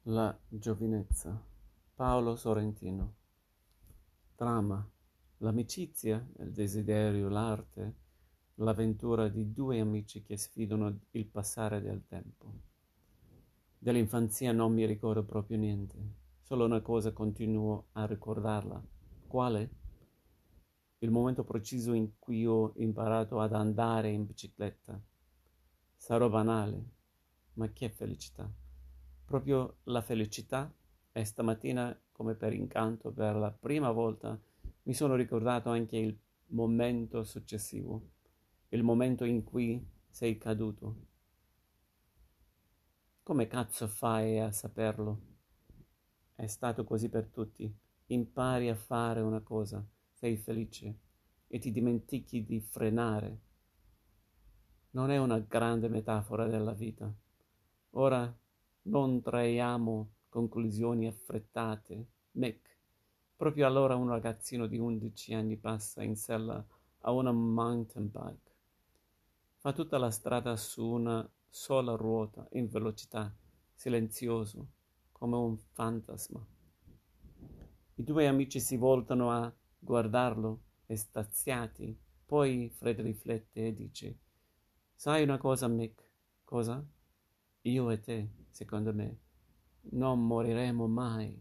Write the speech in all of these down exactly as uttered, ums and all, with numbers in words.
La giovinezza. Paolo Sorrentino. Trama. L'amicizia, il desiderio, l'arte, l'avventura di due amici che sfidano il passare del tempo. Dell'infanzia non mi ricordo proprio niente, solo una cosa continuo a ricordarla. Quale? Il momento preciso in cui ho imparato ad andare in bicicletta. Sarò banale, ma che felicità! Proprio la felicità, e stamattina, come per incanto, per la prima volta, mi sono ricordato anche il momento successivo, il momento in cui sei caduto. Come cazzo fai a saperlo? È stato così per tutti. Impari a fare una cosa, sei felice e ti dimentichi di frenare. Non è una grande metafora della vita. Ora non traiamo conclusioni affrettate. Mick, proprio allora un ragazzino di undici anni passa in sella a una mountain bike. Fa tutta la strada su una sola ruota, in velocità, silenzioso, come un fantasma. I due amici si voltano a guardarlo, estasiati. Poi Fred riflette e dice: Sai una cosa, Mick? Cosa? Io e te, secondo me, non moriremo mai.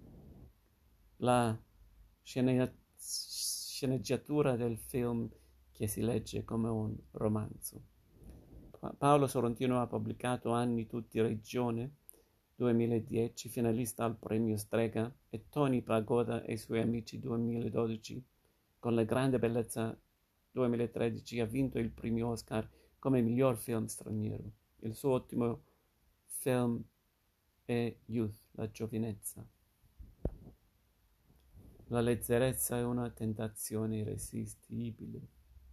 La scene- sceneggiatura del film che si legge come un romanzo. Pa- Paolo Sorrentino ha pubblicato Anni tutti regione duemiladieci, finalista al premio Strega, e Tony Pagoda e i suoi amici duemiladodici, con La grande bellezza duemilatredici, ha vinto il premio Oscar come miglior film straniero. Il suo ultimo film è Youth, la giovinezza. La leggerezza è una tentazione irresistibile.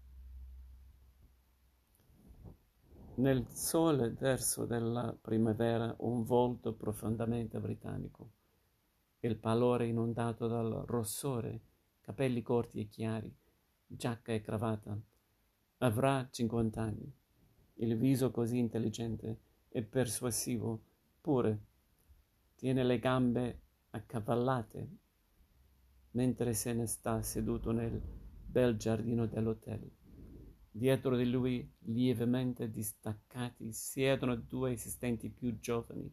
Nel sole terzo della primavera un volto profondamente britannico, il pallore inondato dal rossore, capelli corti e chiari, giacca e cravatta. Avrà cinquanta anni. Il viso così intelligente e persuasivo, pure, tiene le gambe accavallate mentre se ne sta seduto nel bel giardino dell'hotel. Dietro di lui, lievemente distaccati, siedono due assistenti più giovani.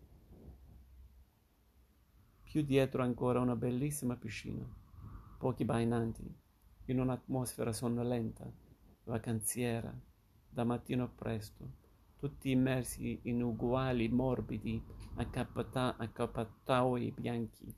Più dietro ancora una bellissima piscina, pochi bainanti, in un'atmosfera sonnolenta, vacanziera, da mattino presto, tutti immersi in uguali morbidi accappata- accappatoi bianchi.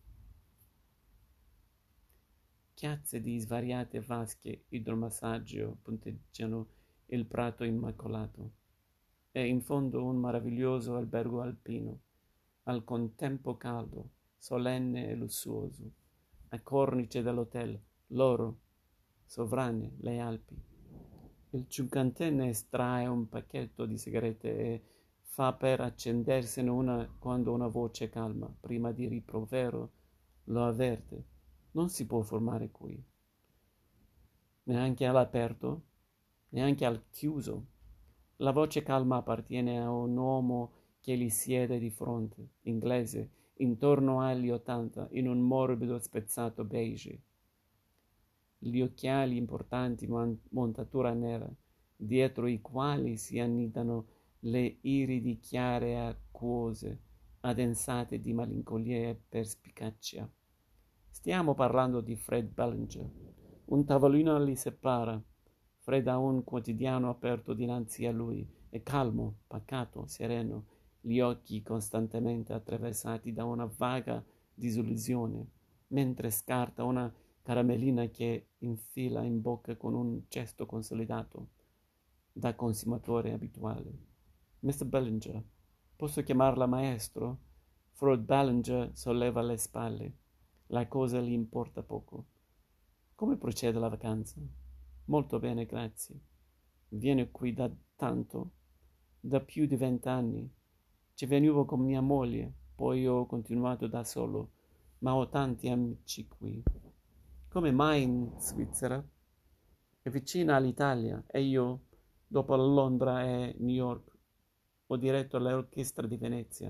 Chiazze di svariate vasche idromassaggio punteggiano il prato immacolato. E in fondo un meraviglioso albergo alpino, al contempo caldo, solenne e lussuoso, a cornice dell'hotel, loro, sovrane, le Alpi. Il cinquantenne estrae un pacchetto di sigarette e fa per accendersene una quando una voce calma, prima di rimprovero, lo avverte. Non si può fumare qui, neanche all'aperto, neanche al chiuso. La voce calma appartiene a un uomo che gli siede di fronte, inglese, intorno agli ottanta, in un morbido spezzato beige. Gli occhiali importanti, mon- montatura nera, dietro i quali si annidano le iridi chiare e acquose, addensate di malinconia e perspicacia. Stiamo parlando di Fred Ballinger. Un tavolino li separa. Fred ha un quotidiano aperto dinanzi a lui. È calmo, pacato, sereno, gli occhi costantemente attraversati da una vaga disillusione, mentre scarta una caramellina che infila in bocca con un gesto consolidato, da consumatore abituale. mister Ballinger, posso chiamarla maestro? Fred Ballinger solleva le spalle. La cosa gli importa poco. Come procede la vacanza? Molto bene, grazie. Viene qui da tanto? Da più di vent'anni. Ci venivo con mia moglie, poi ho continuato da solo, ma ho tanti amici qui. Come mai in Svizzera? È vicina all'Italia e io, dopo Londra e New York, ho diretto l'orchestra di Venezia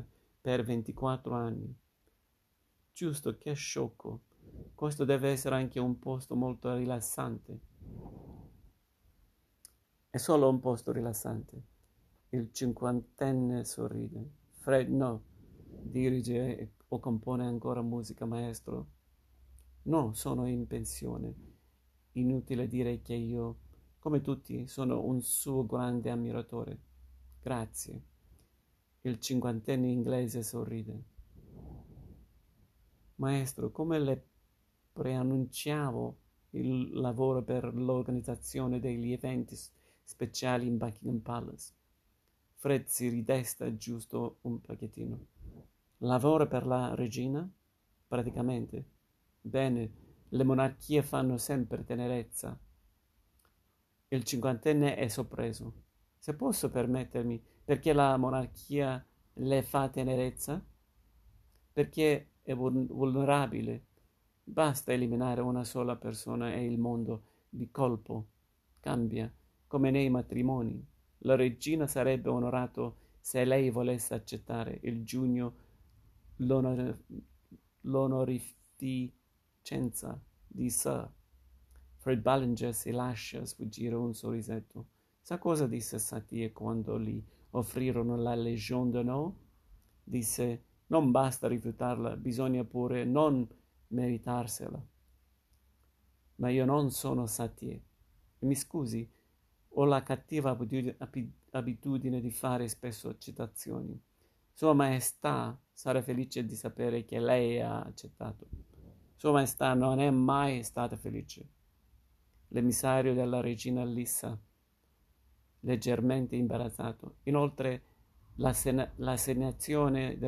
per ventiquattro anni. Giusto, che sciocco. Questo deve essere anche un posto molto rilassante. È solo un posto rilassante. Il cinquantenne sorride. Fred no. Dirige o compone ancora musica, maestro? No, sono in pensione. Inutile dire che io, come tutti, sono un suo grande ammiratore. Grazie. Il cinquantenne inglese sorride. Maestro, come le preannunciavo il lavoro per l'organizzazione degli eventi speciali in Buckingham Palace. Fred si ridesta giusto un pochettino. Lavoro per la regina? Praticamente. Bene, le monarchie fanno sempre tenerezza. Il cinquantenne è sorpreso. Se posso permettermi, perché la monarchia le fa tenerezza? Perché è vulnerabile. Basta eliminare una sola persona e il mondo di colpo cambia, come nei matrimoni. La regina sarebbe onorato se lei volesse accettare il giugno l'onor- l'onorificenza di Sir. Fred Ballinger si lascia sfuggire un sorrisetto. Sa cosa disse Satie quando gli offrirono la Légion d'honneur? Disse: non basta rifiutarla, bisogna pure non meritarsela. Ma io non sono Satie. Mi scusi, ho la cattiva abitudine di fare spesso citazioni. Sua Maestà sarà felice di sapere che lei ha accettato. Sua Maestà non è mai stata felice. L'emissario della regina Lissa, leggermente imbarazzato. Inoltre, l'assegnazione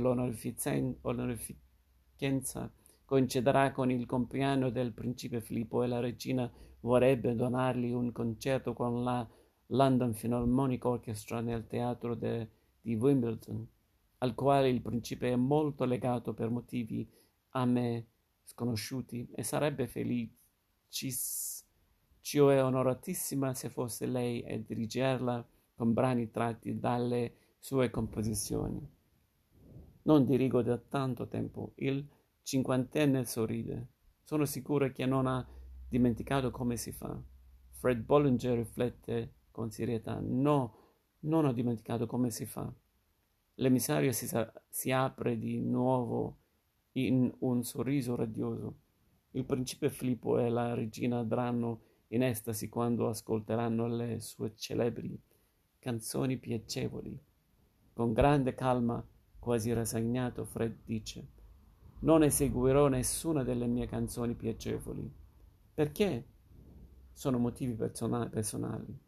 dell'onorificenza coinciderà con il compleanno del principe Filippo e la regina vorrebbe donargli un concerto con la London Philharmonic Orchestra nel teatro de, di Wimbledon, al quale il principe è molto legato per motivi a me sconosciuti e sarebbe felicissimo cioè onoratissima se fosse lei a dirigerla con brani tratti dalle sue composizioni. Non dirigo da tanto tempo. Il cinquantenne sorride. Sono sicuro che non ha dimenticato come si fa. Fred Bollinger riflette con serietà. No, non ho dimenticato come si fa. L'emissario si, si apre di nuovo in un sorriso radioso. Il principe Filippo e la regina andranno in estasi quando ascolteranno le sue celebri canzoni piacevoli. Con grande calma, quasi rassegnato, Fred dice: non eseguirò nessuna delle mie canzoni piacevoli. Perché? Sono motivi persona- personali.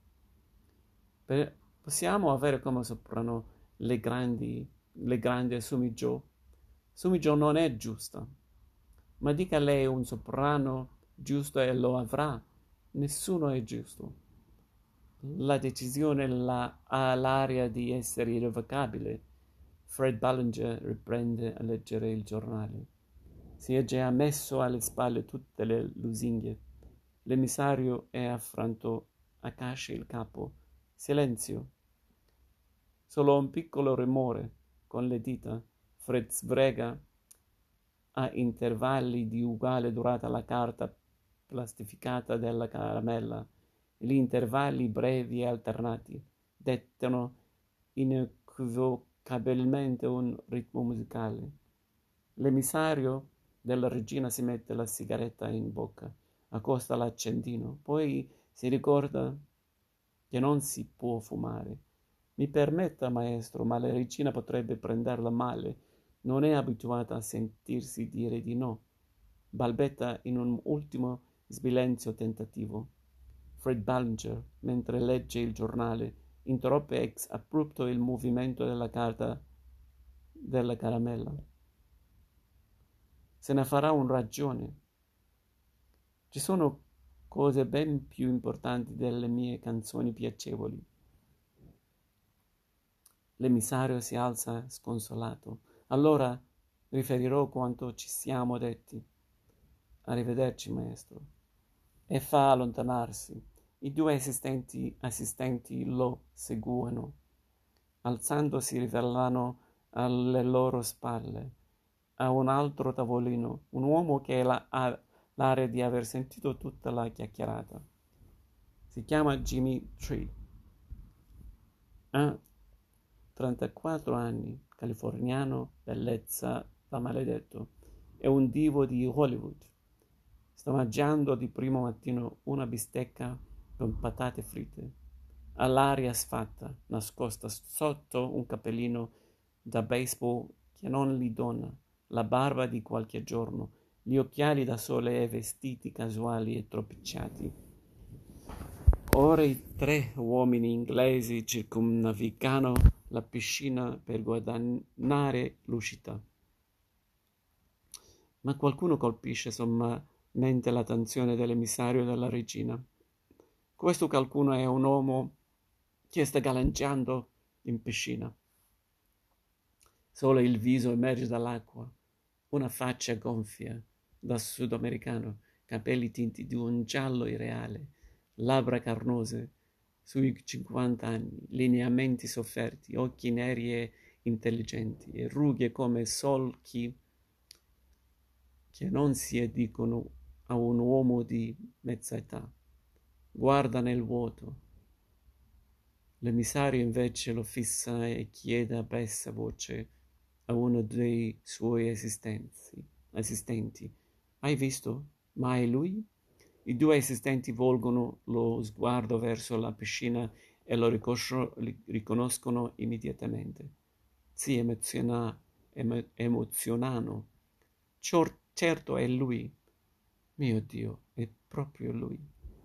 Per- possiamo avere come soprano le grandi, le grandi Sumi Jo? Sumi Jo non è giusta. Ma dica lei un soprano giusto e lo avrà. Nessuno è giusto. La decisione la, ha l'aria di essere irrevocabile. Fred Ballinger riprende a leggere il giornale. Si è già messo alle spalle tutte le lusinghe. L'emissario è affranto, accascia il capo. Silenzio. Solo un piccolo rumore con le dita. Fred sbrega a intervalli di uguale durata la carta plastificata della caramella. Gli intervalli brevi e alternati dettano inequivocabilmente un ritmo musicale. L'emissario della regina si mette la sigaretta in bocca, accosta l'accendino, poi si ricorda che non si può fumare. Mi permetta, maestro, ma la regina potrebbe prenderla male. Non è abituata a sentirsi dire di no. Balbetta in un ultimo sbilenzio tentativo. Fred Ballinger, mentre legge il giornale, interrompe ex abrupto il movimento della carta della caramella. Se ne farà un ragione. Ci sono cose ben più importanti delle mie canzoni piacevoli. L'emissario si alza sconsolato. Allora riferirò quanto ci siamo detti. Arrivederci, maestro. E fa allontanarsi. I due assistenti, assistenti lo seguono. Alzandosi rivelano alle loro spalle, a un altro tavolino, un uomo che la- ha l'aria di aver sentito tutta la chiacchierata. Si chiama Jimmy Tree. Ha trentaquattro anni, californiano, bellezza da maledetto. È un divo di Hollywood. Sta mangiando di primo mattino una bistecca con patate fritte. Ha l'aria sfatta, nascosta sotto un cappellino da baseball che non gli dona, la barba di qualche giorno, gli occhiali da sole e vestiti casuali e tropicciati. Ora i tre uomini inglesi circumnavigano la piscina per guadagnare l'uscita. Ma qualcuno colpisce sommamente l'attenzione dell'emissario della regina. Questo qualcuno è un uomo che sta galleggiando in piscina. Solo il viso emerge dall'acqua, una faccia gonfia da sudamericano, capelli tinti di un giallo irreale, labbra carnose sui cinquanta anni, lineamenti sofferti, occhi neri e intelligenti, e rughe come solchi che non si addicono a un uomo di mezza età. Guarda nel vuoto. L'emissario invece lo fissa e chiede a bassa voce a uno dei suoi assistenti: hai visto? Ma è lui? I due assistenti volgono lo sguardo verso la piscina e lo riconoscono immediatamente. Si emoziona, emo, emozionano. Cior, certo è lui. Mio Dio, è proprio lui.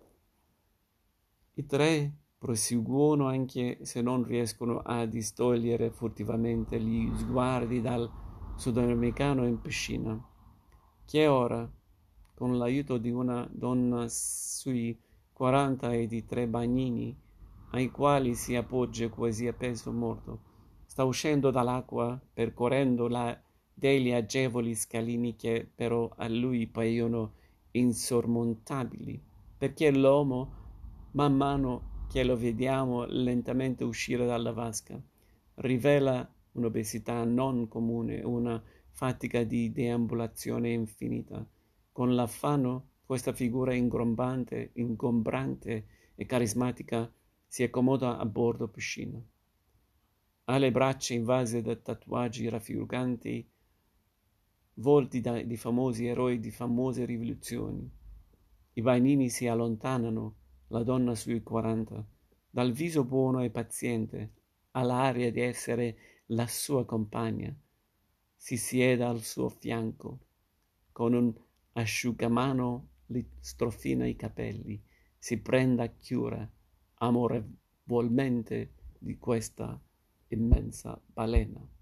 I tre proseguono anche se non riescono a distogliere furtivamente gli sguardi dal sudamericano in piscina, che ora, con l'aiuto di una donna sui quaranta e di tre bagnini, ai quali si appoggia quasi a peso morto, sta uscendo dall'acqua percorrendo la, degli agevoli scalini che però a lui paiono insormontabili, perché l'uomo, man mano che lo vediamo lentamente uscire dalla vasca, rivela un'obesità non comune, una fatica di deambulazione infinita. Con l'affanno, questa figura ingombrante, ingombrante e carismatica si accomoda a bordo piscina. Ha le braccia invase da tatuaggi raffiguranti volti da, di famosi eroi di famose rivoluzioni. I bagnini si allontanano, la donna sui quaranta, dal viso buono e paziente, ha l'aria di essere la sua compagna. Si siede al suo fianco, con un asciugamano gli strofina i capelli, si prenda cura amorevolmente di questa immensa balena.